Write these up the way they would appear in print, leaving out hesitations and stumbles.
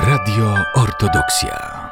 Radio Ortodoksja.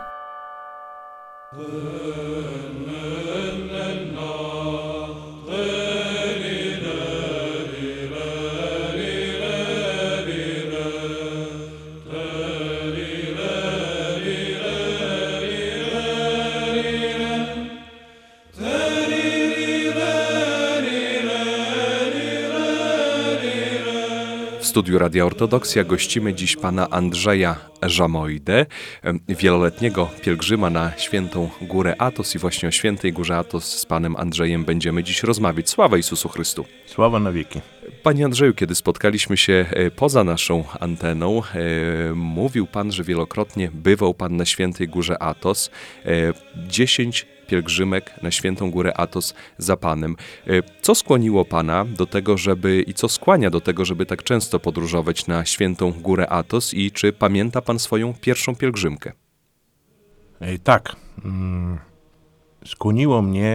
W studiu Radia Ortodoksja gościmy dziś pana Andrzeja Żamojdę, wieloletniego pielgrzyma na Świętą Górę Athos, i właśnie o Świętej Górze Athos z panem Andrzejem będziemy dziś rozmawiać. Sława Jezusu Chrystu. Sława na wieki. Panie Andrzeju, kiedy spotkaliśmy się poza naszą anteną, mówił pan, że wielokrotnie bywał pan na Świętej Górze Athos. 10 pielgrzymek na Świętą Górę Athos za panem. Co skłoniło pana do tego, i co skłania do tego, żeby tak często podróżować na Świętą Górę Athos, i czy pamięta pan swoją pierwszą pielgrzymkę? Tak. Skłoniło mnie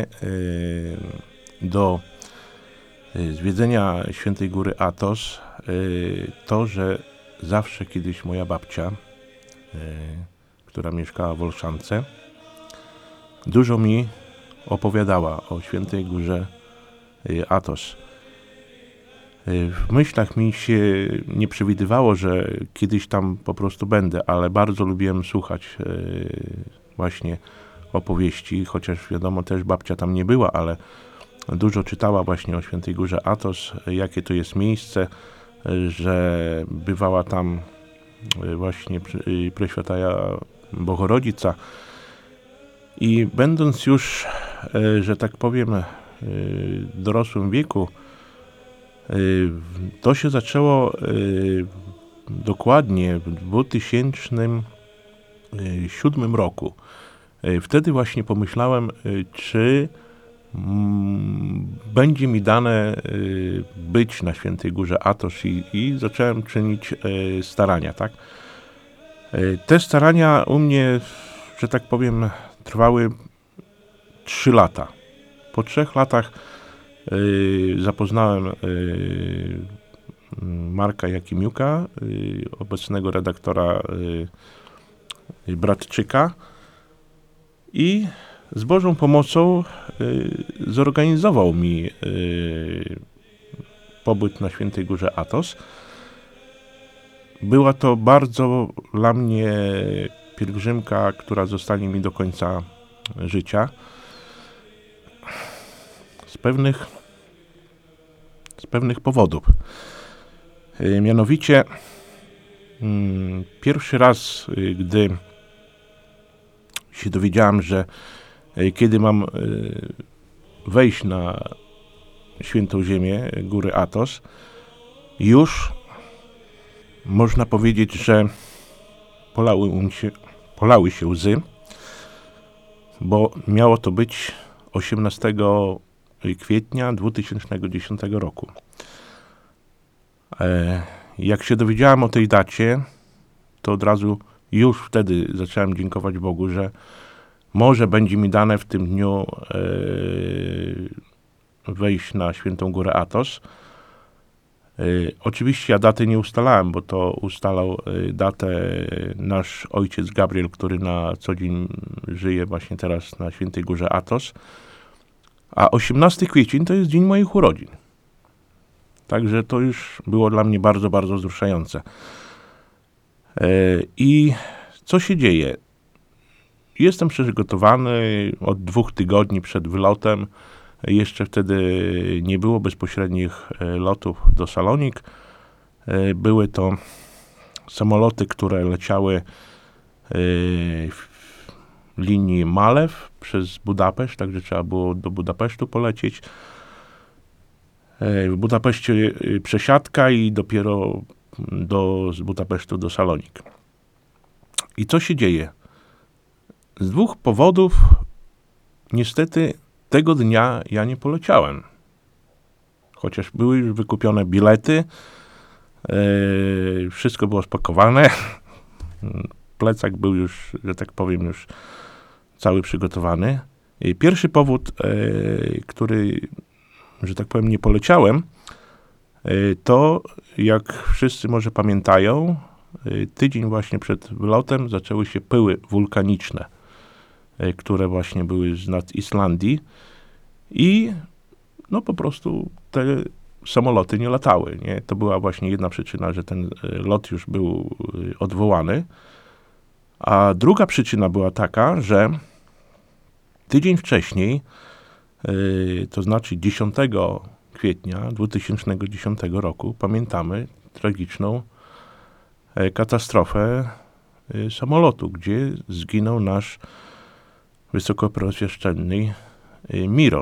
do zwiedzenia Świętej Góry Athos to, że zawsze kiedyś moja babcia, która mieszkała w Olszance, dużo mi opowiadała o Świętej Górze Athos. W myślach mi się nie przewidywało, że kiedyś tam po prostu będę, ale bardzo lubiłem słuchać właśnie opowieści, chociaż wiadomo, też babcia tam nie była, ale dużo czytała właśnie o Świętej Górze Athos, jakie to jest miejsce, że bywała tam właśnie Preświęta Bohorodica. I będąc już, że tak powiem, w dorosłym wieku, to się zaczęło dokładnie w 2007 roku. Wtedy właśnie pomyślałem, czy będzie mi dane być na Świętej Górze Athos, i zacząłem czynić starania, tak? Te starania u mnie, że tak powiem, trwały 3 lata. Po 3 latach zapoznałem Marka Jakimiuka, obecnego redaktora Bratczyka, i z Bożą pomocą zorganizował mi pobyt na Świętej Górze Athos. Była to bardzo dla mnie pielgrzymka, która zostanie mi do końca życia. Z pewnych powodów. Mianowicie pierwszy raz, gdy się dowiedziałem, że kiedy mam wejść na świętą ziemię Góry Athos, już można powiedzieć, że polały się łzy, bo miało to być 18 kwietnia 2010 roku. Jak się dowiedziałem o tej dacie, to od razu już wtedy zacząłem dziękować Bogu, że może będzie mi dane w tym dniu wejść na Świętą Górę Athos. Oczywiście ja daty nie ustalałem, bo to ustalał datę nasz ojciec Gabriel, który na co dzień żyje właśnie teraz na Świętej Górze Athos. A 18 kwiecień to jest dzień moich urodzin. Także to już było dla mnie bardzo, bardzo wzruszające. I co się dzieje? Jestem przygotowany od 2 tygodni przed wylotem. Jeszcze wtedy nie było bezpośrednich lotów do Salonik. Były to samoloty, które leciały w linii Malew przez Budapeszt, także trzeba było do Budapesztu polecieć. W Budapeszcie przesiadka i dopiero z Budapesztu do Salonik. I co się dzieje? Z 2 powodów niestety tego dnia ja nie poleciałem. Chociaż były już wykupione bilety, wszystko było spakowane, plecak był już, że tak powiem, już cały przygotowany. Pierwszy powód, który, że tak powiem, nie poleciałem, to jak wszyscy może pamiętają, tydzień właśnie przed wylotem zaczęły się pyły wulkaniczne, które właśnie były nad Islandii i no po prostu te samoloty nie latały, nie? To była właśnie jedna przyczyna, że ten lot już był odwołany. A druga przyczyna była taka, że tydzień wcześniej, to znaczy 10 kwietnia 2010 roku, pamiętamy tragiczną katastrofę samolotu, gdzie zginął nasz wysokoprozwyższony Miron.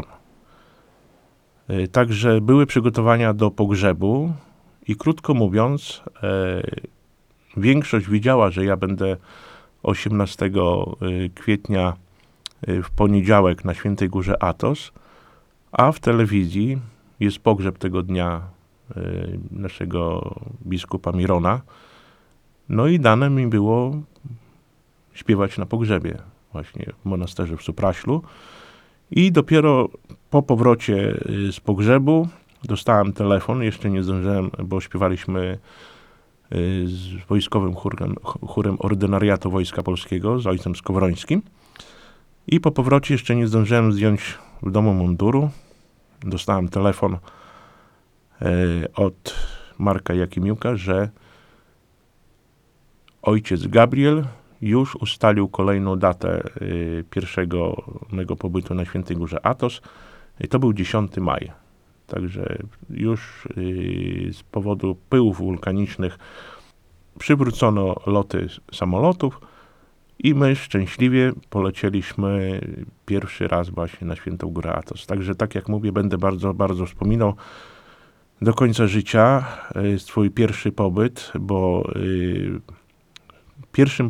Także były przygotowania do pogrzebu i krótko mówiąc, większość widziała, że ja będę 18 kwietnia w poniedziałek na Świętej Górze Athos, a w telewizji jest pogrzeb tego dnia naszego biskupa Mirona. No i dane mi było śpiewać na pogrzebie właśnie w monasterze w Supraślu. I dopiero po powrocie z pogrzebu dostałem telefon, jeszcze nie zdążyłem, bo śpiewaliśmy z wojskowym chórem Ordynariatu Wojska Polskiego, z ojcem Skowrońskim. I po powrocie jeszcze nie zdążyłem zdjąć w domu munduru. Dostałem telefon od Marka Jakimiuka, że ojciec Gabriel już ustalił kolejną datę pierwszego mego pobytu na Świętej Górze Athos. To był 10 maja. Także już z powodu pyłów wulkanicznych przywrócono loty samolotów i my szczęśliwie polecieliśmy pierwszy raz właśnie na Świętą Górę Athos. Także tak jak mówię, będę bardzo, bardzo wspominał do końca życia swój pierwszy pobyt, bo w pierwszym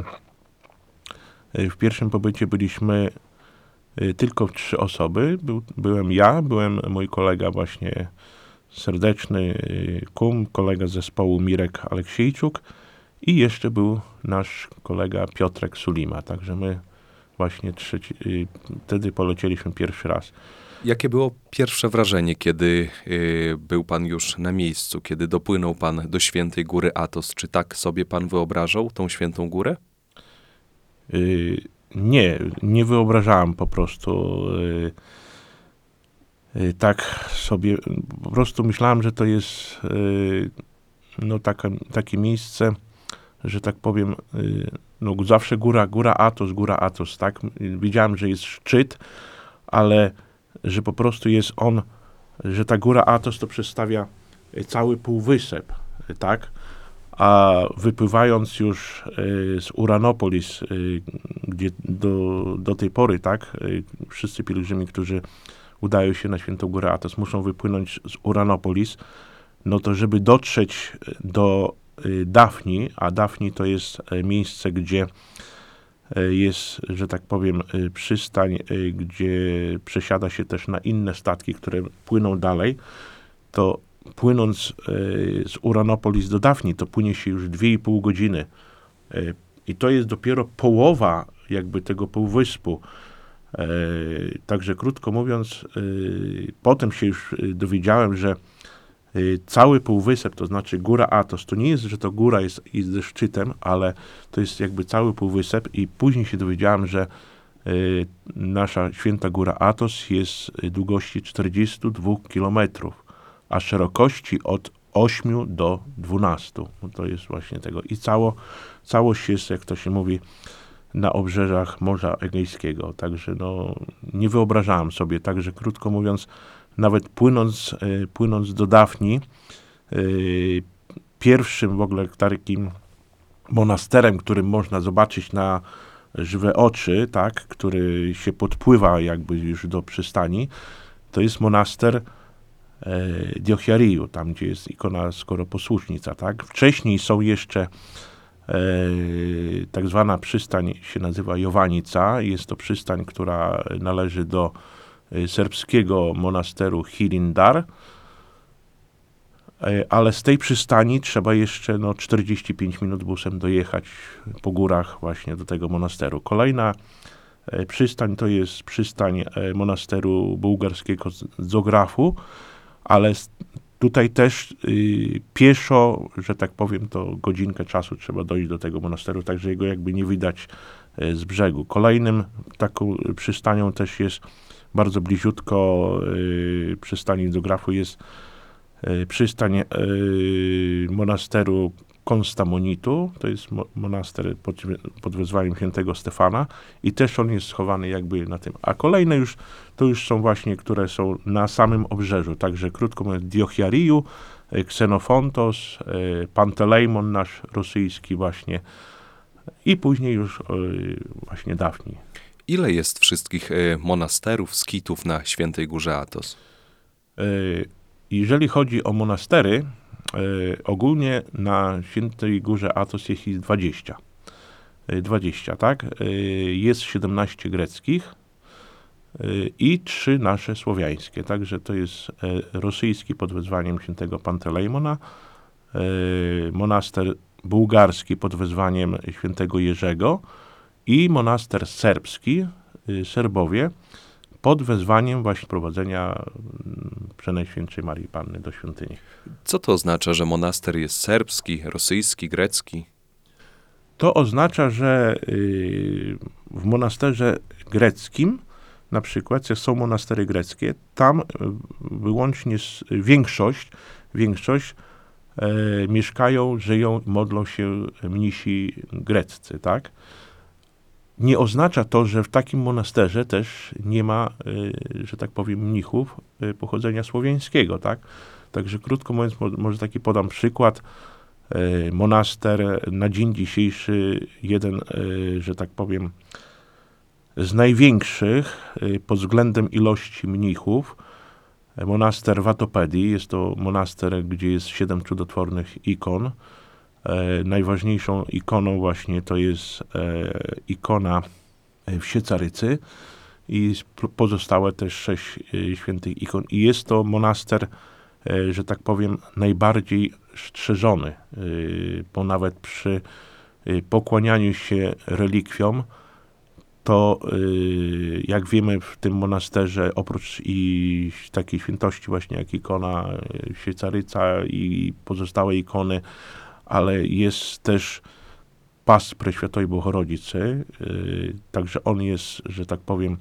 pobycie byliśmy tylko 3 osoby. Byłem ja, byłem mój kolega właśnie serdeczny, kolega zespołu Mirek Aleksiejczuk i jeszcze był nasz kolega Piotrek Sulima. Także my właśnie wtedy polecieliśmy pierwszy raz. Jakie było pierwsze wrażenie, kiedy był pan już na miejscu, kiedy dopłynął pan do Świętej Góry Athos? Czy tak sobie pan wyobrażał tą Świętą Górę? Nie wyobrażałem po prostu tak sobie, po prostu myślałem, że to jest no takie miejsce, że tak powiem, no zawsze góra Athos, tak? Widziałem, że jest szczyt, ale że po prostu jest on, że ta góra Athos to przedstawia cały półwysep, tak? A wypływając już z Uranopolis, gdzie do tej pory, tak, wszyscy pielgrzymi, którzy udają się na Świętą Górę Athos, muszą wypłynąć z Uranopolis, no to żeby dotrzeć do Dafni, a Dafni to jest miejsce, gdzie jest, że tak powiem, przystań, gdzie przesiada się też na inne statki, które płyną dalej, to płynąc z Uranopolis do Dafni, to płynie się już 2,5 godziny. I to jest dopiero połowa jakby tego półwyspu. Także krótko mówiąc, potem się już dowiedziałem, że cały półwysep, to znaczy góra Athos, to nie jest, że to góra jest ze szczytem, ale to jest jakby cały półwysep i później się dowiedziałem, że nasza Święta Góra Athos jest długości 42 kilometrów, a szerokości od 8 do 12. No to jest właśnie tego. I całość jest, jak to się mówi, na obrzeżach Morza Egejskiego. Także no, nie wyobrażałem sobie. Także krótko mówiąc, nawet płynąc do Dafni, pierwszym w ogóle takim monasterem, którym można zobaczyć na żywe oczy, tak, który się podpływa jakby już do przystani, to jest monaster Diochiariu, tam gdzie jest ikona Skoroposłusznica, tak. Wcześniej są jeszcze tak zwana przystań, się nazywa Jowanica. Jest to przystań, która należy do serbskiego monasteru Hilindar, ale z tej przystani trzeba jeszcze 45 minut busem dojechać po górach właśnie do tego monasteru. Kolejna przystań to jest przystań monasteru bułgarskiego Zografu, ale Tutaj też pieszo, że tak powiem, to godzinkę czasu trzeba dojść do tego monasteru, także jego jakby nie widać z brzegu. Kolejnym taką przystanią też jest bardzo bliziutko przystani do Grafu jest przystań monasteru Konstamonitu, to jest monaster pod wezwaniem świętego Stefana i też on jest schowany jakby na tym. A kolejne to już są właśnie, które są na samym obrzeżu, także krótko mówiąc Diochiariu, Ksenofontos, Pantelejmon nasz rosyjski właśnie i później już właśnie Dafni. Ile jest wszystkich monasterów, skitów na Świętej Górze Athos? Jeżeli chodzi o monastery, ogólnie na Świętej Górze Athos jest ich 20. 20, tak? Jest 17 greckich i 3 nasze słowiańskie. Także to jest rosyjski pod wezwaniem świętego Pantelejmona, monaster bułgarski pod wezwaniem świętego Jerzego i monaster serbski, Serbowie, pod wezwaniem właśnie prowadzenia Przenajświętszej Marii Panny do świątyni. Co to oznacza, że monaster jest serbski, rosyjski, grecki? To oznacza, że w monasterze greckim, na przykład, jak są monastery greckie, tam wyłącznie większość mieszkają, żyją, modlą się mnisi greccy, tak? Nie oznacza to, że w takim monasterze też nie ma, że tak powiem, mnichów pochodzenia słowiańskiego, tak? Także krótko mówiąc, może taki podam przykład. Monaster na dzień dzisiejszy, jeden, że tak powiem, z największych pod względem ilości mnichów, monaster Watopedii. Jest to monaster, gdzie jest 7 cudotwornych ikon. Najważniejszą ikoną właśnie to jest ikona Wsiecarycy i pozostałe też 6 świętych ikon. I jest to monaster, że tak powiem, najbardziej strzeżony, bo nawet przy pokłanianiu się relikwiom, to jak wiemy w tym monasterze, oprócz i takiej świętości właśnie jak ikona Wsiecaryca i pozostałe ikony, ale jest też pas Preświatej Bohorodzicy, także on jest, że tak powiem,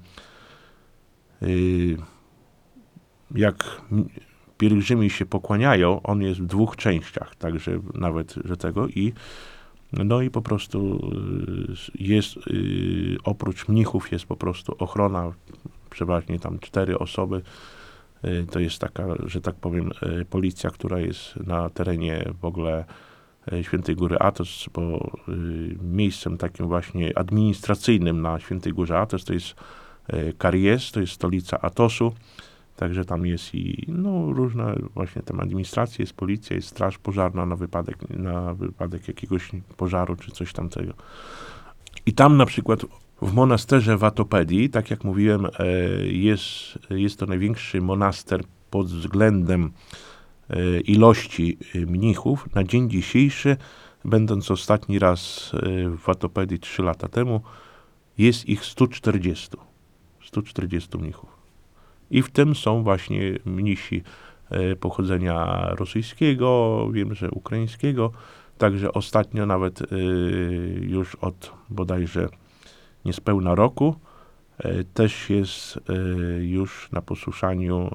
jak pielgrzymi się pokłaniają, on jest w 2 częściach, także nawet, że tego no i po prostu jest, oprócz mnichów jest po prostu ochrona, przeważnie tam 4 osoby, to jest taka, że tak powiem, policja, która jest na terenie w ogóle Świętej Góry Athos, bo miejscem takim właśnie administracyjnym na Świętej Górze Athos to jest Karies, to jest stolica Athosu, także tam jest i no, różne właśnie tam administracje, jest policja, jest straż pożarna na wypadek jakiegoś pożaru czy coś tamtego. I tam na przykład w monasterze Watopedii, tak jak mówiłem, jest to największy monaster pod względem ilości mnichów. Na dzień dzisiejszy, będąc ostatni raz w Watopedii 3 lata temu, jest ich 140 mnichów. I w tym są właśnie mnisi pochodzenia rosyjskiego, wiem, że ukraińskiego, także ostatnio nawet już od bodajże niespełna roku też jest już na posłuszaniu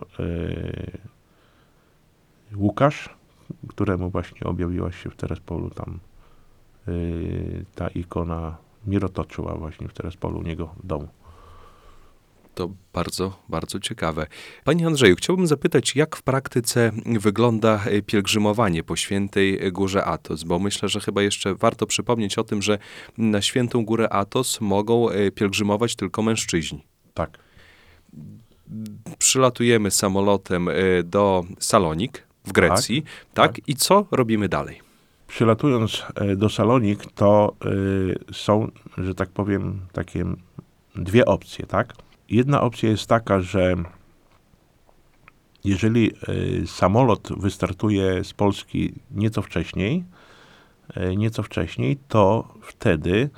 Łukasz, któremu właśnie objawiła się w Terespolu tam ta ikona Mirotoczyła właśnie w Terespolu u niego w domu. To bardzo, bardzo ciekawe. Panie Andrzeju, chciałbym zapytać, jak w praktyce wygląda pielgrzymowanie po Świętej Górze Athos, bo myślę, że chyba jeszcze warto przypomnieć o tym, że na Świętą Górę Athos mogą pielgrzymować tylko mężczyźni. Tak. Przylatujemy samolotem do Salonik w Grecji, tak? I co robimy dalej? Przylatując do Salonik, to są, że tak powiem, takie 2 opcje, tak? Jedna opcja jest taka, że jeżeli samolot wystartuje z Polski nieco wcześniej, to wtedy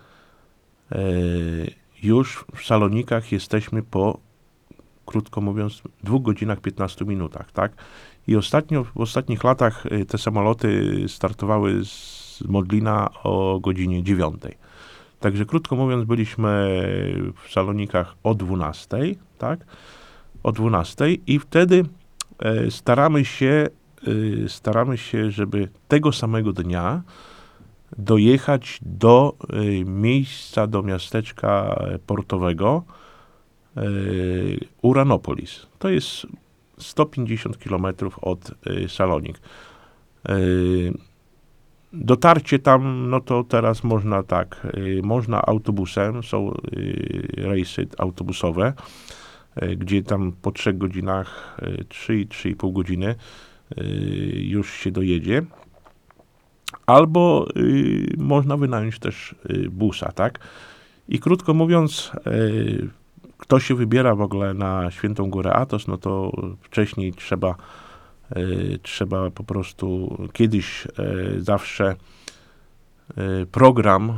już w Salonikach jesteśmy po, krótko mówiąc, 2 godzinach 15 minutach, tak? I w ostatnich latach te samoloty startowały z Modlina o godzinie 9. Także krótko mówiąc, byliśmy w Salonikach o 12, tak? O 12 i wtedy staramy się, żeby tego samego dnia dojechać do miejsca, do miasteczka portowego Uranopolis. To jest 150 km od Salonik. Dotarcie tam, no to teraz można tak, można autobusem, są rejsy autobusowe, gdzie tam po 3 godzinach, 3,5 godziny już się dojedzie. Albo można wynająć też busa, tak? I krótko mówiąc, kto się wybiera w ogóle na Świętą Górę Athos, no to wcześniej trzeba po prostu, kiedyś zawsze program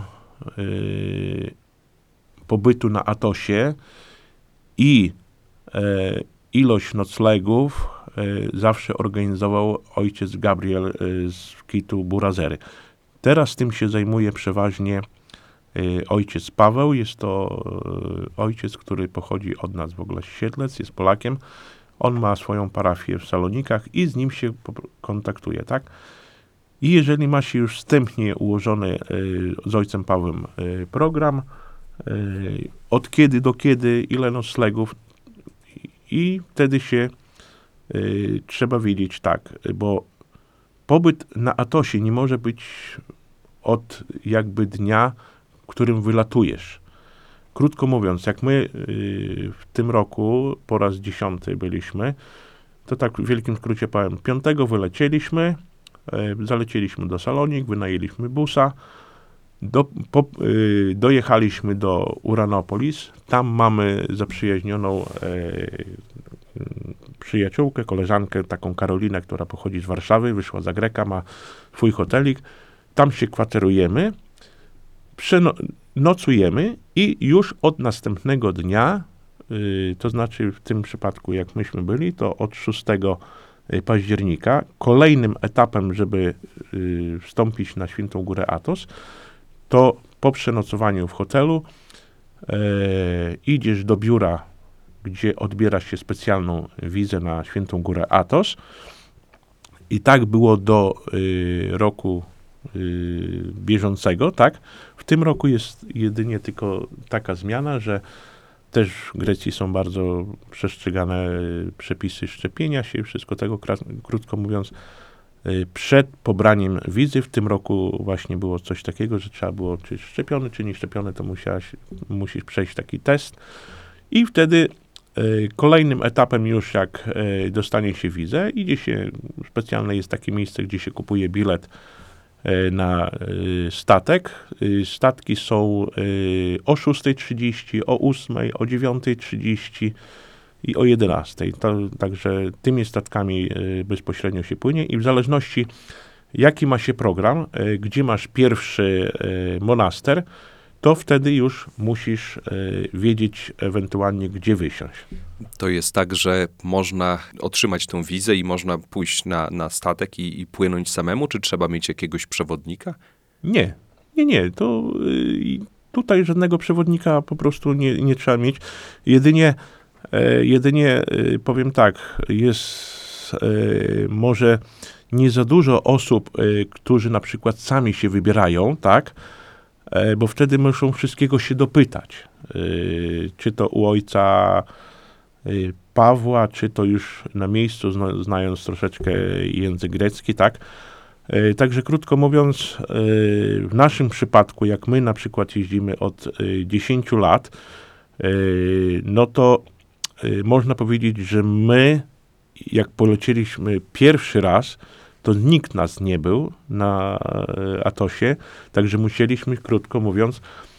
pobytu na Athosie i ilość noclegów zawsze organizował ojciec Gabriel z Kitu Burazery. Teraz tym się zajmuje przeważnie ojciec Paweł. Jest to ojciec, który pochodzi od nas w ogóle z Siedlec, jest Polakiem. On ma swoją parafię w Salonikach i z nim się kontaktuje, tak? I jeżeli ma się już wstępnie ułożony z ojcem Pawłem program, od kiedy do kiedy, ile noclegów, i wtedy się trzeba wiedzieć tak, bo pobyt na Athosie nie może być od jakby dnia, w którym wylatujesz. Krótko mówiąc, jak my w tym roku po raz 10 byliśmy, to tak w wielkim skrócie powiem, 5 wylecieliśmy, zalecieliśmy do Salonik, wynajęliśmy busa, dojechaliśmy do Uranopolis, tam mamy zaprzyjaźnioną przyjaciółkę, koleżankę, taką Karolinę, która pochodzi z Warszawy, wyszła za Greka, ma swój hotelik, tam się kwaterujemy, nocujemy i już od następnego dnia, to znaczy w tym przypadku jak myśmy byli, to od 6 października, kolejnym etapem, żeby wstąpić na Świętą Górę Athos, to po przenocowaniu w hotelu idziesz do biura, gdzie odbiera się specjalną wizę na Świętą Górę Athos. I tak było do roku bieżącego, tak? W tym roku jest jedynie tylko taka zmiana, że też w Grecji są bardzo przestrzegane przepisy szczepienia się, wszystko tego, krótko mówiąc, przed pobraniem wizy. W tym roku właśnie było coś takiego, że trzeba było, czy szczepiony, czy nie szczepiony, to musisz przejść taki test i wtedy kolejnym etapem już jak dostanie się wizę, idzie się, specjalne jest takie miejsce, gdzie się kupuje bilet na statek. Statki są o 6:30, o 8:00, o 9:30 i o 11:00. Także tymi statkami bezpośrednio się płynie i w zależności jaki ma się program, gdzie masz pierwszy monaster, to wtedy już musisz wiedzieć ewentualnie, gdzie wysiąść. To jest tak, że można otrzymać tę wizę i można pójść na statek i płynąć samemu, czy trzeba mieć jakiegoś przewodnika? Nie. To tutaj żadnego przewodnika po prostu nie trzeba mieć. Jedynie powiem tak, jest może nie za dużo osób, którzy na przykład sami się wybierają, tak? Bo wtedy muszą wszystkiego się dopytać. Czy to u ojca Pawła, czy to już na miejscu, znając troszeczkę język grecki, tak? Także krótko mówiąc, w naszym przypadku, jak my na przykład jeździmy od 10 lat, no to można powiedzieć, że my, jak polecieliśmy pierwszy raz, to nikt nas nie był na Athosie, także musieliśmy, krótko mówiąc,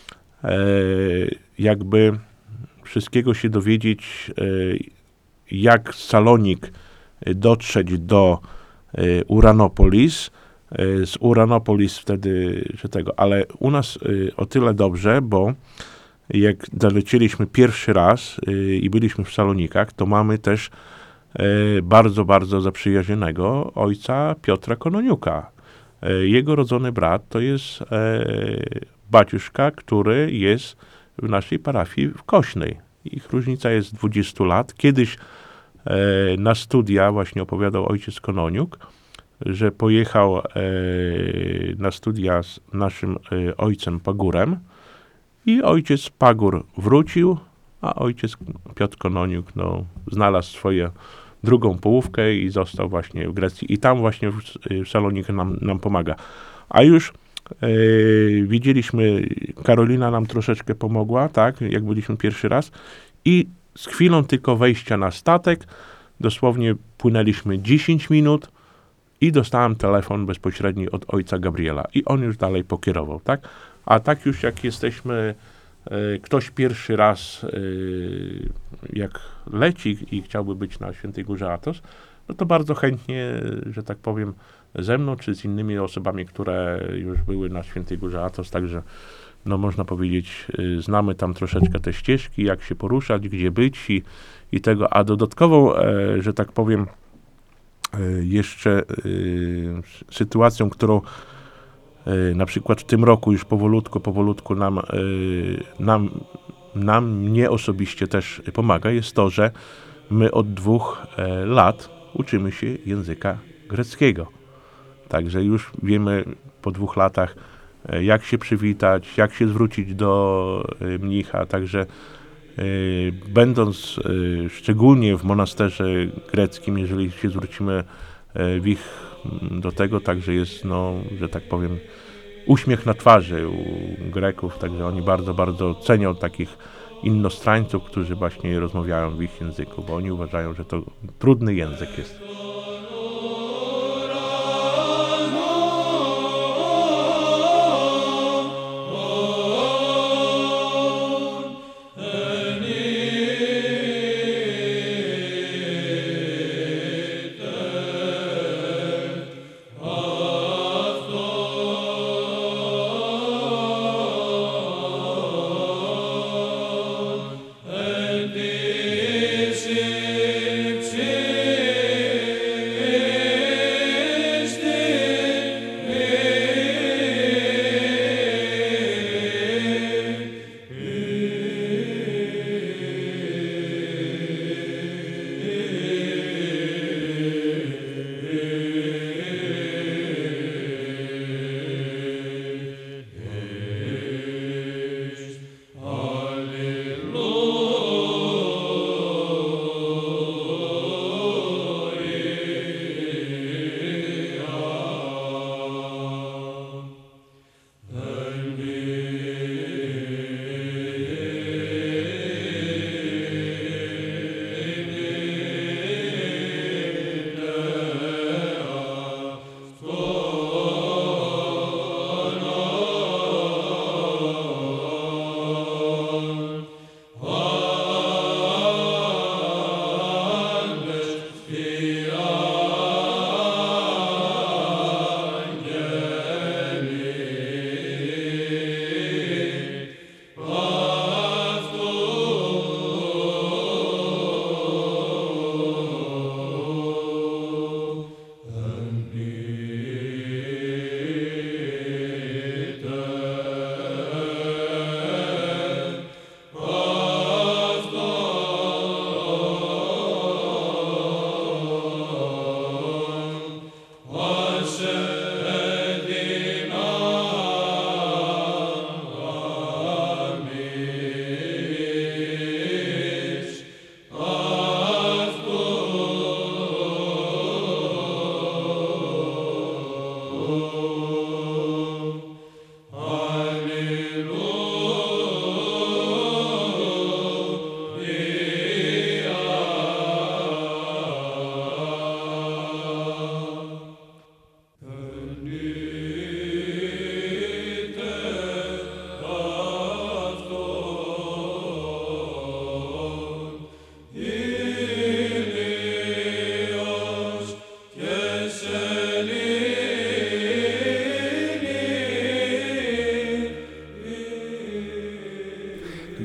jakby wszystkiego się dowiedzieć, jak z Salonik dotrzeć do Uranopolis, z Uranopolis wtedy, ale u nas o tyle dobrze, bo jak dolecieliśmy pierwszy raz i byliśmy w Salonikach, to mamy też bardzo, bardzo zaprzyjaźnionego ojca Piotra Kononiuka. Jego rodzony brat to jest baciuszka, który jest w naszej parafii w Kośnej. Ich różnica jest 20 lat. Kiedyś na studia właśnie opowiadał ojciec Kononiuk, że pojechał na studia z naszym ojcem Pagurem i ojciec Pagur wrócił, a ojciec Piotr Kononiuk znalazł swoją drugą połówkę i został właśnie w Grecji. I tam właśnie w Saloniku nam pomaga. A już widzieliśmy, Karolina nam troszeczkę pomogła, tak, jak byliśmy pierwszy raz. I z chwilą tylko wejścia na statek, dosłownie płynęliśmy 10 minut i dostałem telefon bezpośredni od ojca Gabriela. I on już dalej pokierował, tak? A tak już jak jesteśmy, ktoś pierwszy raz jak leci i chciałby być na Świętej Górze Athos, no to bardzo chętnie, że tak powiem, ze mną, czy z innymi osobami, które już były na Świętej Górze Athos, także można powiedzieć, znamy tam troszeczkę te ścieżki, jak się poruszać, gdzie być i tego, a dodatkowo, że tak powiem, jeszcze sytuacją, którą na przykład w tym roku już powolutku mnie osobiście też pomaga, jest to, że my od 2 lat uczymy się języka greckiego. Także już wiemy po 2 latach, jak się przywitać, jak się zwrócić do mnicha. Także będąc szczególnie w monasterze greckim, jeżeli się zwrócimy do tego, także jest, że tak powiem, uśmiech na twarzy u Greków, także oni bardzo, bardzo cenią takich innostrańców, którzy właśnie rozmawiają w ich języku, bo oni uważają, że to trudny język jest.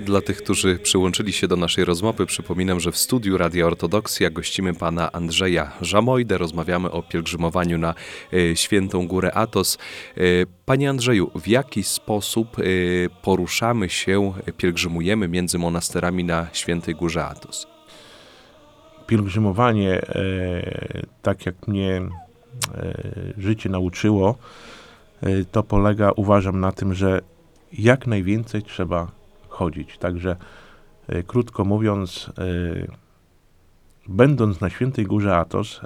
Dla tych, którzy przyłączyli się do naszej rozmowy, przypominam, że w studiu Radia Ortodoksja gościmy pana Andrzeja Żamojdę. Rozmawiamy o pielgrzymowaniu na Świętą Górę Athos. Panie Andrzeju, w jaki sposób poruszamy się, pielgrzymujemy między monasterami na Świętej Górze Athos? Pielgrzymowanie, tak jak mnie życie nauczyło, to polega, uważam, na tym, że jak najwięcej trzeba chodzić. Także krótko mówiąc, będąc na Świętej Górze Athos,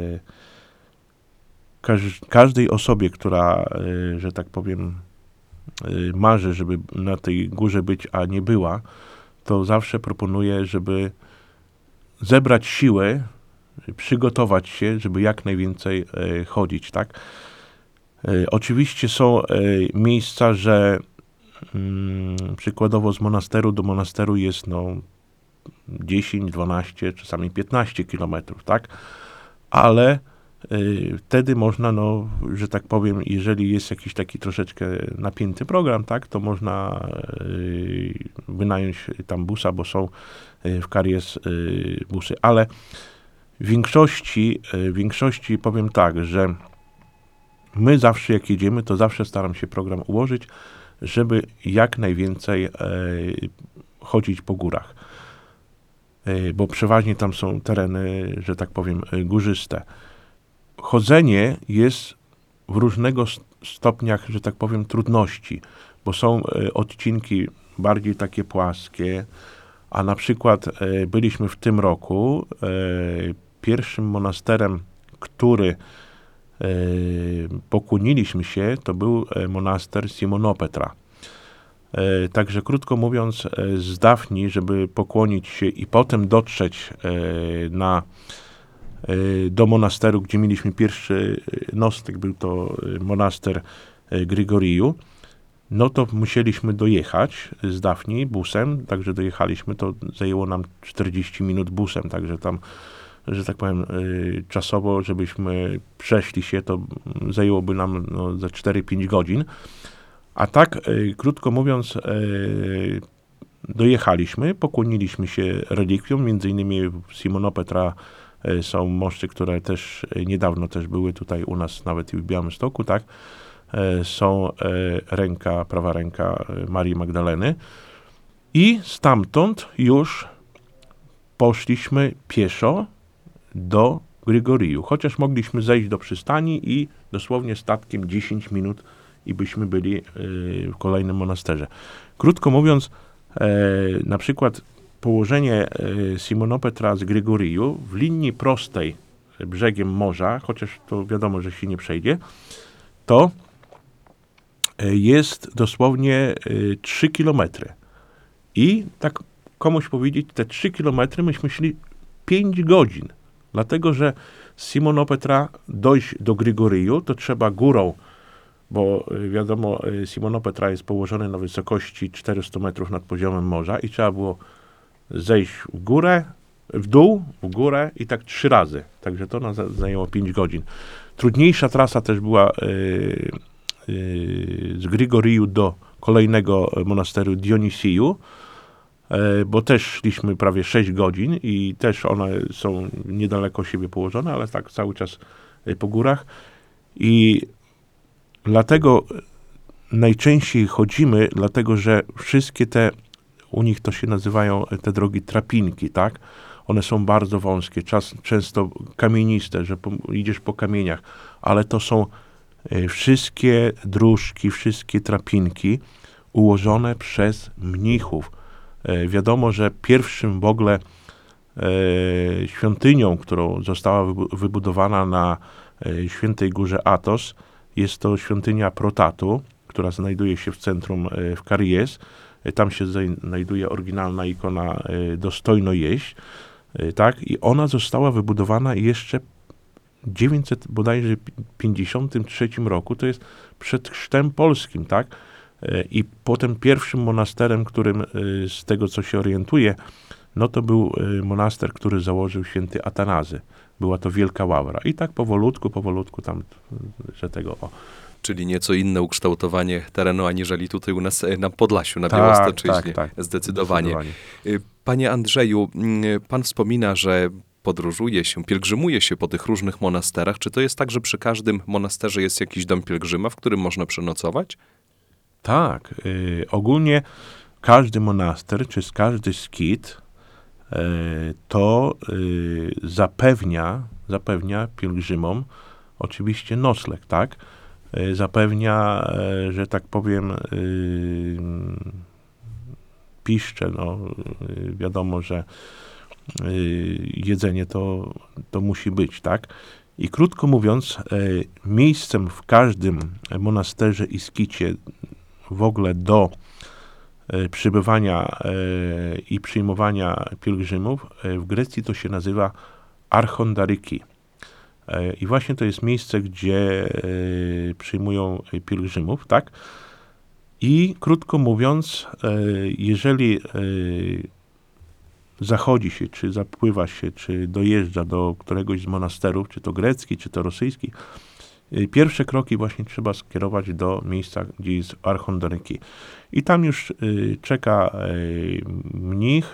każdej osobie, która, że tak powiem, marzy, żeby na tej górze być, a nie była, to zawsze proponuję, żeby zebrać siłę, przygotować się, żeby jak najwięcej chodzić, tak? Oczywiście są miejsca, że przykładowo z monasteru do monasteru jest 10, 12, czasami 15 kilometrów, tak? Ale wtedy można, że tak powiem, jeżeli jest jakiś taki troszeczkę napięty program, tak, to można wynająć tam busa, bo są w Karies busy. Ale w większości powiem tak, że my zawsze jak jedziemy, to zawsze staram się program ułożyć, żeby jak najwięcej chodzić po górach. Bo przeważnie tam są tereny, że tak powiem, górzyste. Chodzenie jest w różnego stopniach, że tak powiem, trudności, bo są odcinki bardziej takie płaskie, a na przykład byliśmy w tym roku pierwszym monasterem, który pokłoniliśmy się, to był monaster Simonopetra. Także krótko mówiąc, z Dafni, żeby pokłonić się i potem dotrzeć do monasteru, gdzie mieliśmy pierwszy nostek, był to monaster Grigoriu, to musieliśmy dojechać z Dafni busem, także dojechaliśmy, to zajęło nam 40 minut busem, także tam, że tak powiem, czasowo, żebyśmy przeszli się, to zajęłoby nam za 4-5 godzin. A tak, krótko mówiąc, dojechaliśmy, pokłoniliśmy się relikwiom, między innymi w Simonopetra są moszty, które też niedawno też były tutaj u nas, nawet i w Białymstoku, tak? Są prawa ręka Marii Magdaleny. I stamtąd już poszliśmy pieszo do Grigoriu, chociaż mogliśmy zejść do przystani i dosłownie statkiem 10 minut i byśmy byli w kolejnym monasterze. Krótko mówiąc, na przykład położenie Simonopetra z Grigoriu w linii prostej brzegiem morza, chociaż to wiadomo, że się nie przejdzie, to jest dosłownie 3 kilometry. I tak komuś powiedzieć, te 3 kilometry myśmy szli 5 godzin, dlatego że z Simonopetra dojść do Grigoriu to trzeba górą, bo wiadomo, Simonopetra jest położony na wysokości 400 metrów nad poziomem morza i trzeba było zejść w górę, w dół, w górę i tak 3 razy. Także to nas zajęło 5 godzin. Trudniejsza trasa też była z Grigoriu do kolejnego monasteru Dionisiu, bo też szliśmy prawie 6 godzin i też one są niedaleko siebie położone, ale tak cały czas po górach. I dlatego najczęściej chodzimy, dlatego że wszystkie u nich to się nazywają te drogi trapinki, tak? One są bardzo wąskie, często kamieniste, że idziesz po kamieniach, ale to są wszystkie dróżki, wszystkie trapinki ułożone przez mnichów. Wiadomo, że pierwszym w ogóle świątynią, którą została wybudowana na Świętej Górze Athos, jest to świątynia Protatu, która znajduje się w centrum w Karies. Tam się znajduje oryginalna ikona Dostojno jeść, tak? I ona została wybudowana jeszcze w 953 roku, to jest przed chrztem polskim, tak? I potem pierwszym monasterem, którym z tego co się orientuję, to był monaster, który założył święty Atanazy. Była to Wielka Ławra. I tak powolutku tam, że tego Czyli nieco inne ukształtowanie terenu, aniżeli tutaj u nas na Podlasiu, na Białostoczyźnie. Tak. Zdecydowanie. Panie Andrzeju, pan wspomina, że podróżuje się, pielgrzymuje się po tych różnych monasterach. Czy to jest tak, że przy każdym monasterze jest jakiś dom pielgrzyma, w którym można przenocować? Tak. Ogólnie każdy monaster, czy każdy skit to zapewnia pielgrzymom oczywiście nocleg, tak? Zapewnia, że tak powiem, piszcze, no, wiadomo, że jedzenie to musi być, tak? I krótko mówiąc, miejscem w każdym monasterze i skicie w ogóle do przybywania i przyjmowania pielgrzymów w Grecji to się nazywa Archondaryki. I właśnie to jest miejsce, gdzie przyjmują pielgrzymów, tak? I krótko mówiąc, jeżeli zachodzi się, czy zapływa się, czy dojeżdża do któregoś z monasterów, czy to grecki, czy to rosyjski, pierwsze kroki właśnie trzeba skierować do miejsca, gdzie jest Archondaryki. I tam już czeka mnich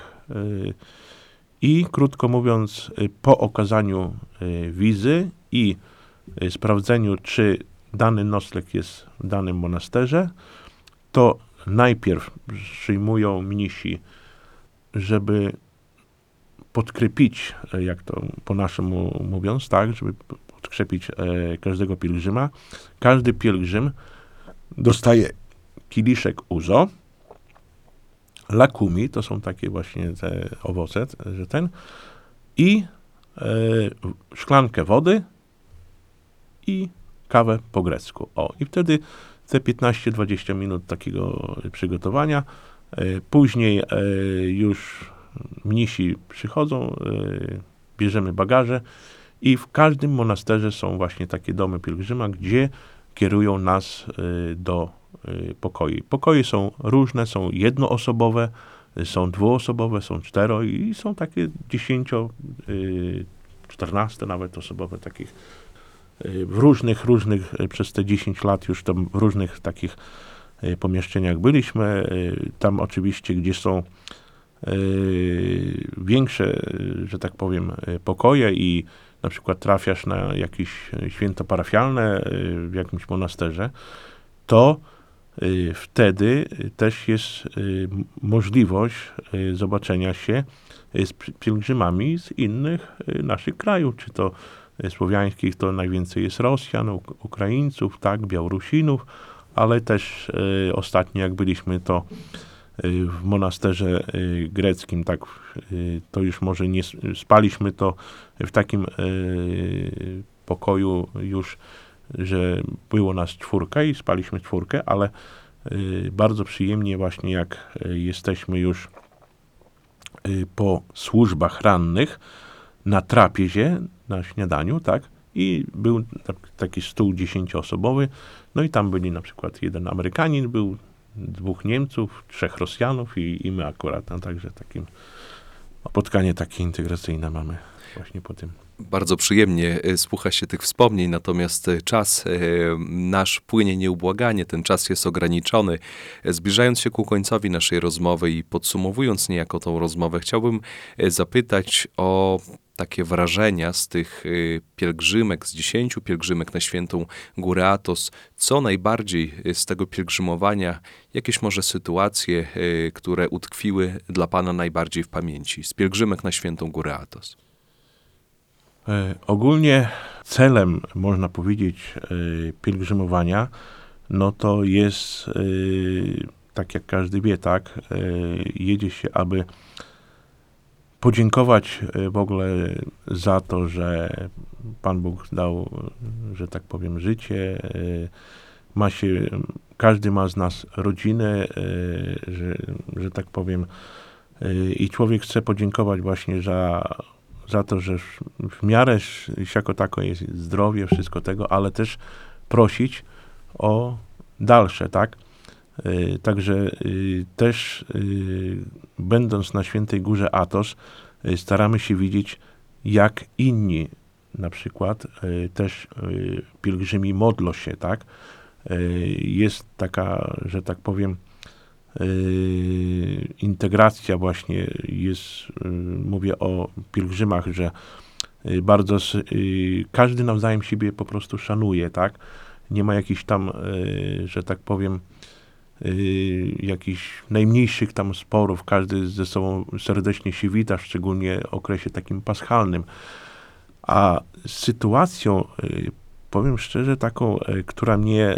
i krótko mówiąc, po okazaniu wizy i sprawdzeniu, czy dany nocleg jest w danym monasterze, to najpierw przyjmują mnisi, żeby podkrepić, jak to po naszemu mówiąc, tak, żeby podkrzepić każdego pielgrzyma. Każdy pielgrzym dostaje kieliszek uzo, lakumi, to są takie właśnie te owoce, że i szklankę wody i kawę po grecku. I wtedy te 15-20 minut takiego przygotowania. Później już mnisi przychodzą, bierzemy bagaże i w każdym monasterze są właśnie takie domy pielgrzyma, gdzie kierują nas do pokoi. Pokoje są różne, są jednoosobowe, są dwuosobowe, są i są takie 10, 14 nawet osobowe takich. W różnych przez te 10 lat już tam w różnych takich pomieszczeniach byliśmy. Tam oczywiście, gdzie są większe, że tak powiem, pokoje i na przykład trafiasz na jakieś święto parafialne w jakimś monasterze, to wtedy też jest możliwość zobaczenia się z pielgrzymami z innych naszych krajów, czy to słowiańskich, to najwięcej jest Rosjan, Ukraińców, tak, Białorusinów, ale też ostatnio jak byliśmy, to w monasterze greckim, tak, to już może nie spaliśmy to w takim pokoju już, że było nas 4 i spaliśmy 4, ale bardzo przyjemnie właśnie jak jesteśmy już po służbach rannych na trapiezie, na śniadaniu, tak, i był taki stół 10-osobowy, no i tam byli na przykład 1 Amerykanin, był 2 Niemców, 3 Rosjanów i my akurat, no, także takim spotkanie takie integracyjne mamy właśnie po tym. Bardzo przyjemnie słucha się tych wspomnień, natomiast czas nasz płynie nieubłaganie, ten czas jest ograniczony. Zbliżając się ku końcowi naszej rozmowy i podsumowując niejako tą rozmowę, chciałbym zapytać o takie wrażenia z tych pielgrzymek, z 10 pielgrzymek na Świętą Górę Athos. Co najbardziej z tego pielgrzymowania, jakieś może sytuacje, które utkwiły dla Pana najbardziej w pamięci, z pielgrzymek na Świętą Górę Athos? Ogólnie celem, można powiedzieć, pielgrzymowania, no to jest, tak jak każdy wie, tak, jedzie się, aby podziękować w ogóle za to, że Pan Bóg dał, że tak powiem, życie, każdy ma z nas rodzinę, że tak powiem, i człowiek chce podziękować właśnie za to, że w miarę jako tako jest zdrowie, wszystko tego, ale też prosić o dalsze, tak? Także też będąc na Świętej Górze Athos, staramy się widzieć, jak inni na przykład też pielgrzymi modlą się, tak? jest taka, że tak powiem, integracja właśnie jest, mówię o pielgrzymach, że bardzo każdy nawzajem siebie po prostu szanuje, tak? Nie ma jakichś tam, że tak powiem, jakichś najmniejszych tam sporów, każdy ze sobą serdecznie się wita, szczególnie w okresie takim paschalnym. A sytuacją, powiem szczerze, taką, która mnie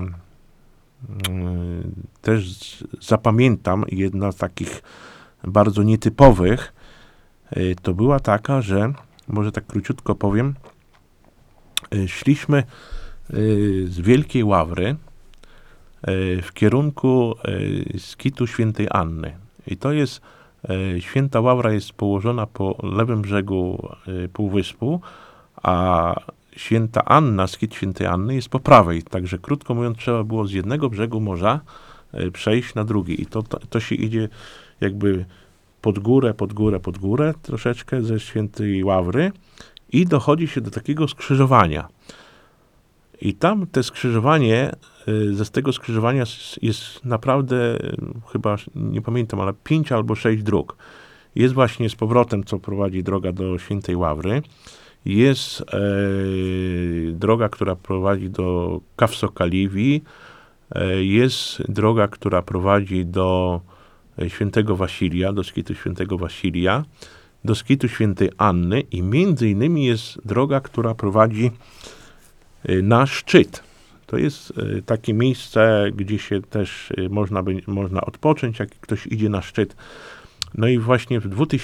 też zapamiętam, jedna z takich bardzo nietypowych, to była taka, że, może tak króciutko powiem, szliśmy z Wielkiej Ławry w kierunku skitu Świętej Anny. I to jest, Święta Ławra jest położona po lewym brzegu półwyspu, a Święta Anna, skit Świętej Anny jest po prawej. Także krótko mówiąc, trzeba było z jednego brzegu morza przejść na drugi. I to się idzie jakby pod górę troszeczkę ze Świętej Ławry i dochodzi się do takiego skrzyżowania. I tam te skrzyżowanie, z tego skrzyżowania jest naprawdę, chyba, nie pamiętam, ale 5 albo 6 dróg. Jest właśnie z powrotem, co prowadzi droga do Świętej Ławry. Jest droga, która prowadzi do Kawsokaliwi. Jest droga, która prowadzi do Świętego Wasilia, do skitu Świętego Wasilia, do skitu Świętej Anny i między innymi jest droga, która prowadzi na szczyt. To jest takie miejsce, gdzie się też można odpocząć, jak ktoś idzie na szczyt. No i właśnie w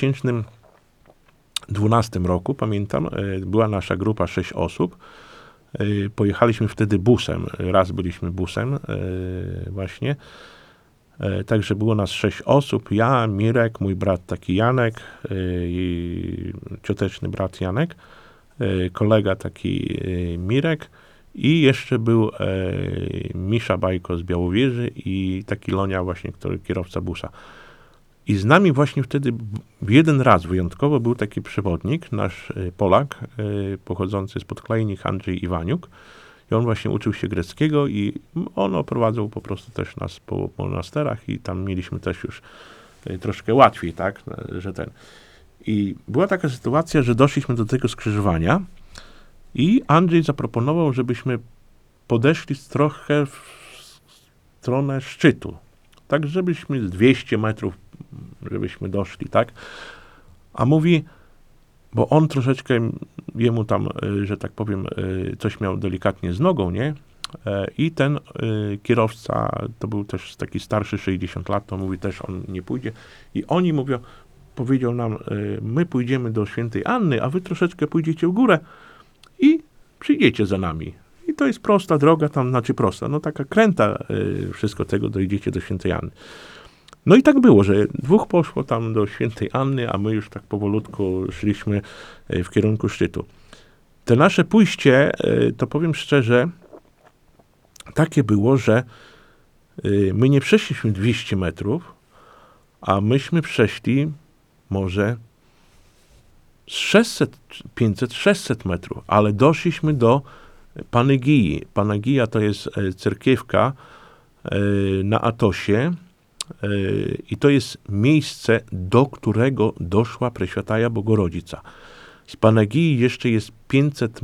2012 roku, pamiętam, była nasza grupa 6 osób. Pojechaliśmy wtedy busem. Raz byliśmy busem właśnie. Także było nas 6 osób. Ja, Mirek, mój brat taki Janek, i cioteczny brat Janek, kolega taki Mirek i jeszcze był Misza Bajko z Białowieży i taki Lonia właśnie, który kierowca busa. I z nami właśnie wtedy jeden raz wyjątkowo był taki przewodnik, nasz Polak, pochodzący z Podklejnik, Andrzej Iwaniuk. I on właśnie uczył się greckiego i on oprowadzał po prostu też nas po monasterach i tam mieliśmy też już troszkę łatwiej, tak, że ten. I była taka sytuacja, że doszliśmy do tego skrzyżowania i Andrzej zaproponował, żebyśmy podeszli trochę w stronę szczytu. Tak, żebyśmy z 200 metrów, żebyśmy doszli, tak. A mówi, bo on troszeczkę, jemu tam, że tak powiem, coś miał delikatnie z nogą, nie? I ten kierowca, to był też taki starszy, 60 lat, to mówi też, on nie pójdzie. I oni mówią, powiedział nam, my pójdziemy do Świętej Anny, a wy troszeczkę pójdziecie w górę i przyjdziecie za nami. I to jest prosta droga, tam, znaczy prosta, no taka kręta wszystko tego, dojdziecie do Świętej Anny. No i tak było, że 2 poszło tam do Świętej Anny, a my już tak powolutku szliśmy w kierunku szczytu. Te nasze pójście, to powiem szczerze, takie było, że my nie przeszliśmy 200 metrów, a myśmy przeszli może 600, 500, 600 metrów, ale doszliśmy do Panegii. Panagija to jest cerkiewka na Atosie i to jest miejsce, do którego doszła Preświęta Bogorodzica. Z Panagii jeszcze jest 500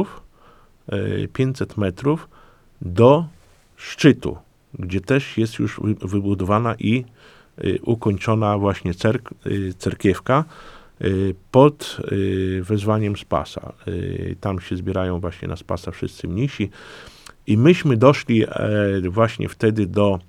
metrów do szczytu, gdzie też jest już wybudowana i ukończona właśnie cerkiewka pod wezwaniem Spasa. Tam się zbierają właśnie na Spasa wszyscy mnisi. I myśmy doszli właśnie wtedy do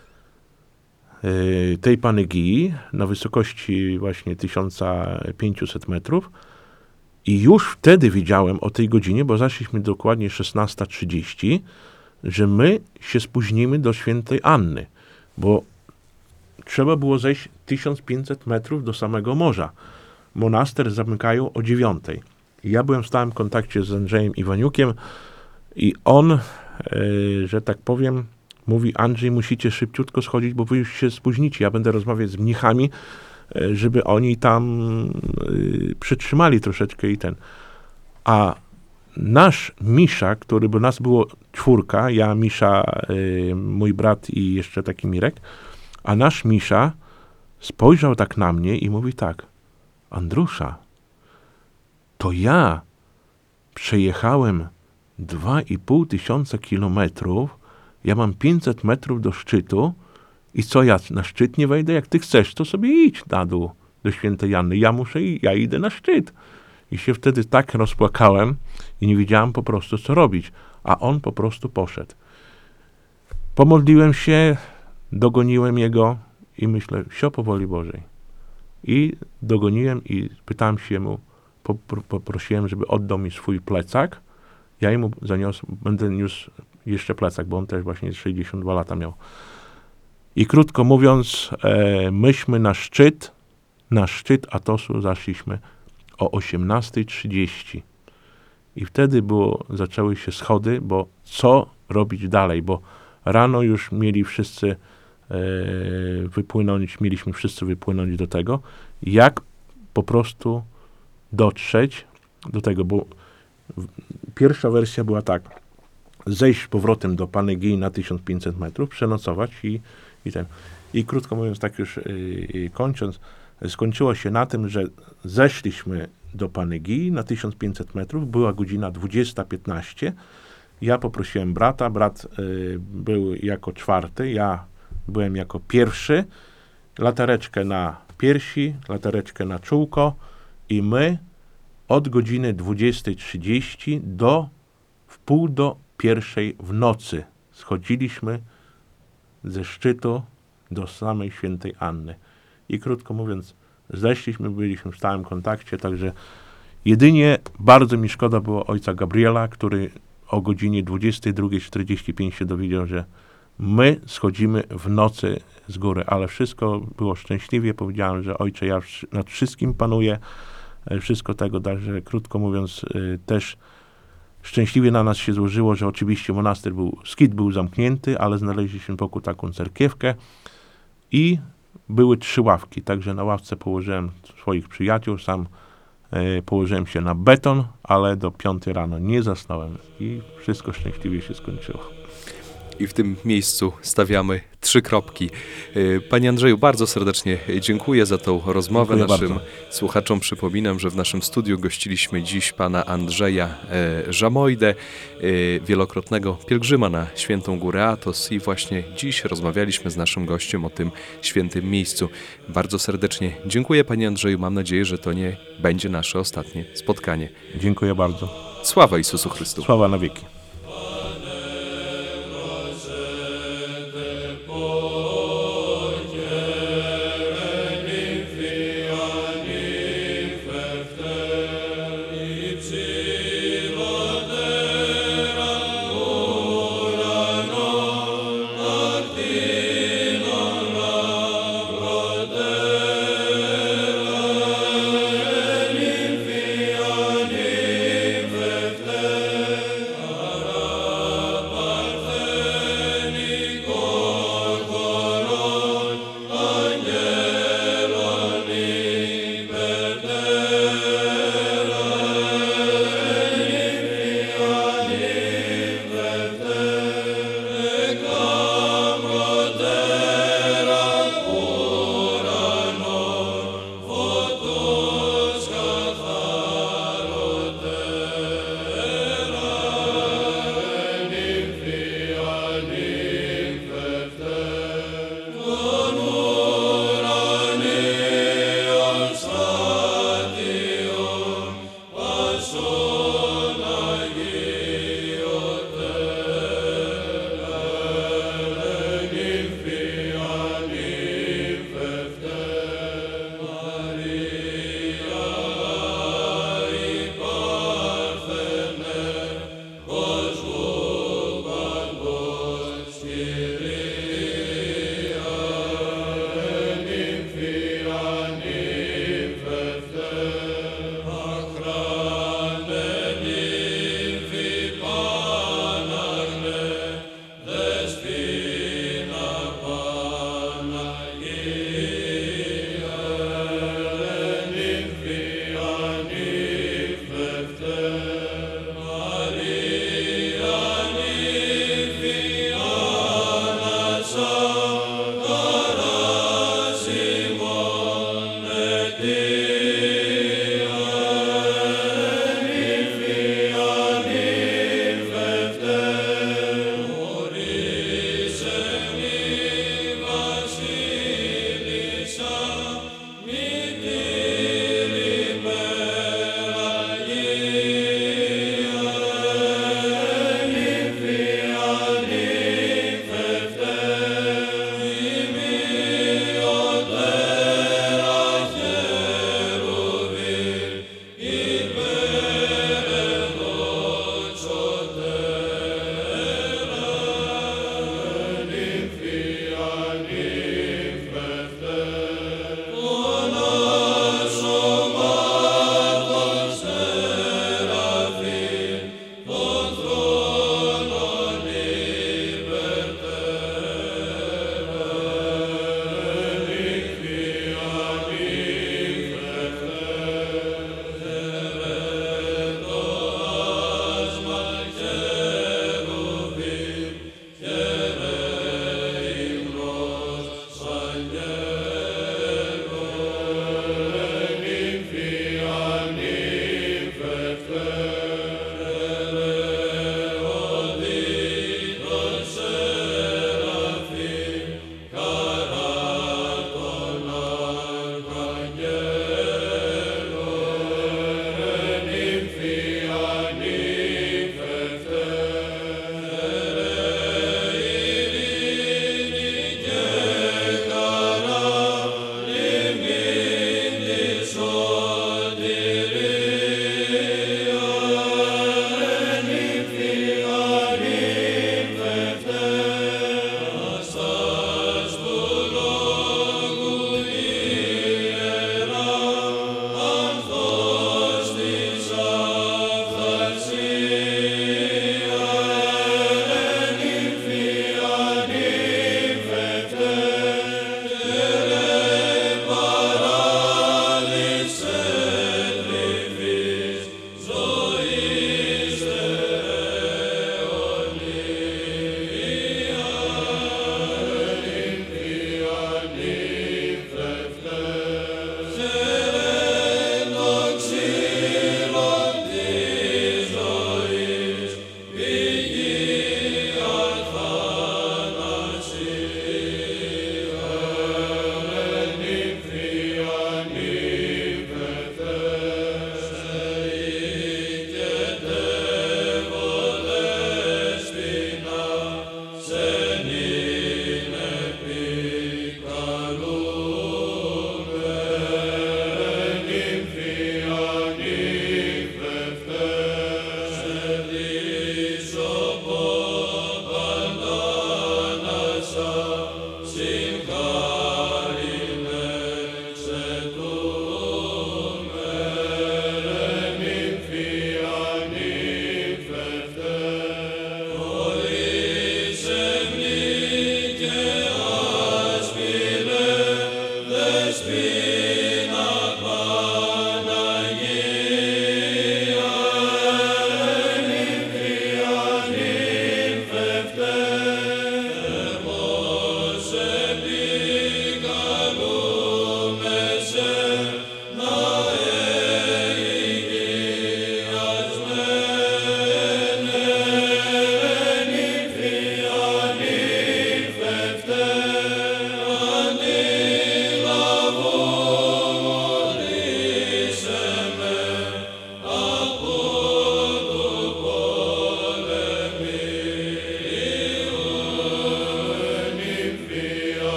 tej Panegii na wysokości właśnie 1500 metrów. I już wtedy wiedziałem o tej godzinie, bo zaszliśmy dokładnie 16:30, że my się spóźnimy do Świętej Anny, bo trzeba było zejść 1500 metrów do samego morza. Monaster zamykają o 9:00. Ja byłem w stałym kontakcie z Andrzejem Iwaniukiem i on, że tak powiem, mówi: Andrzej, musicie szybciutko schodzić, bo wy już się spóźnicie. Ja będę rozmawiać z mnichami, żeby oni tam przytrzymali troszeczkę i ten. A nasz Misza, który, bo nas było czwórka, ja, Misza, mój brat i jeszcze taki Mirek, a nasz Misza spojrzał tak na mnie i mówi tak: Andrusza, to ja przejechałem 2500 kilometrów, ja mam 500 metrów do szczytu i co, ja na szczyt nie wejdę? Jak ty chcesz, to sobie idź na dół do Świętej Anny. Ja idę na szczyt. I się wtedy tak rozpłakałem i nie wiedziałem po prostu, co robić. A on po prostu poszedł. Pomodliłem się, dogoniłem jego i myślę, wsio po woli Bożej. I dogoniłem i pytałem się mu, poprosiłem, żeby oddał mi swój plecak. Ja mu będę niósł jeszcze plecak, bo on też właśnie 62 lata miał. I krótko mówiąc, myśmy na szczyt Atosu zaszliśmy o 18:30. I wtedy zaczęły się schody, bo co robić dalej, bo rano już mieli wszyscy mieliśmy wszyscy wypłynąć do tego, jak po prostu dotrzeć do tego, bo pierwsza wersja była tak: zejść z powrotem do Panegii na 1500 metrów, przenocować i krótko mówiąc, tak już kończąc, skończyło się na tym, że zeszliśmy do Panegii na 1500 metrów, była godzina 20:15. Ja poprosiłem brata, brat był jako czwarty, ja byłem jako pierwszy, latareczkę na piersi, latareczkę na czółko i my od godziny 20:30 do wpół do 1:00 w nocy schodziliśmy ze szczytu do samej Świętej Anny. I krótko mówiąc, zeszliśmy, byliśmy w stałym kontakcie, także jedynie bardzo mi szkoda było ojca Gabriela, który o godzinie 22:45 się dowiedział, że my schodzimy w nocy z góry, ale wszystko było szczęśliwie. Powiedziałem, że ojcze, ja nad wszystkim panuję, wszystko tego, także krótko mówiąc, też szczęśliwie na nas się złożyło, że oczywiście monaster skit był zamknięty, ale znaleźliśmy wokół taką cerkiewkę i były 3 ławki, także na ławce położyłem swoich przyjaciół, sam położyłem się na beton, ale do 5 rano nie zasnąłem i wszystko szczęśliwie się skończyło. I w tym miejscu stawiamy 3 kropki. Panie Andrzeju, bardzo serdecznie dziękuję za tą rozmowę. Dziękuję Naszym bardzo. słuchaczom przypominam, że w naszym studiu gościliśmy dziś pana Andrzeja Żamojdę, wielokrotnego pielgrzyma na Świętą Górę Atos i właśnie dziś rozmawialiśmy z naszym gościem o tym świętym miejscu. Bardzo serdecznie dziękuję, panie Andrzeju. Mam nadzieję, że to nie będzie nasze ostatnie spotkanie. Dziękuję bardzo. Sława Jezusu Chrystu. Sława na wieki.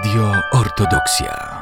Radio Ortodoksja.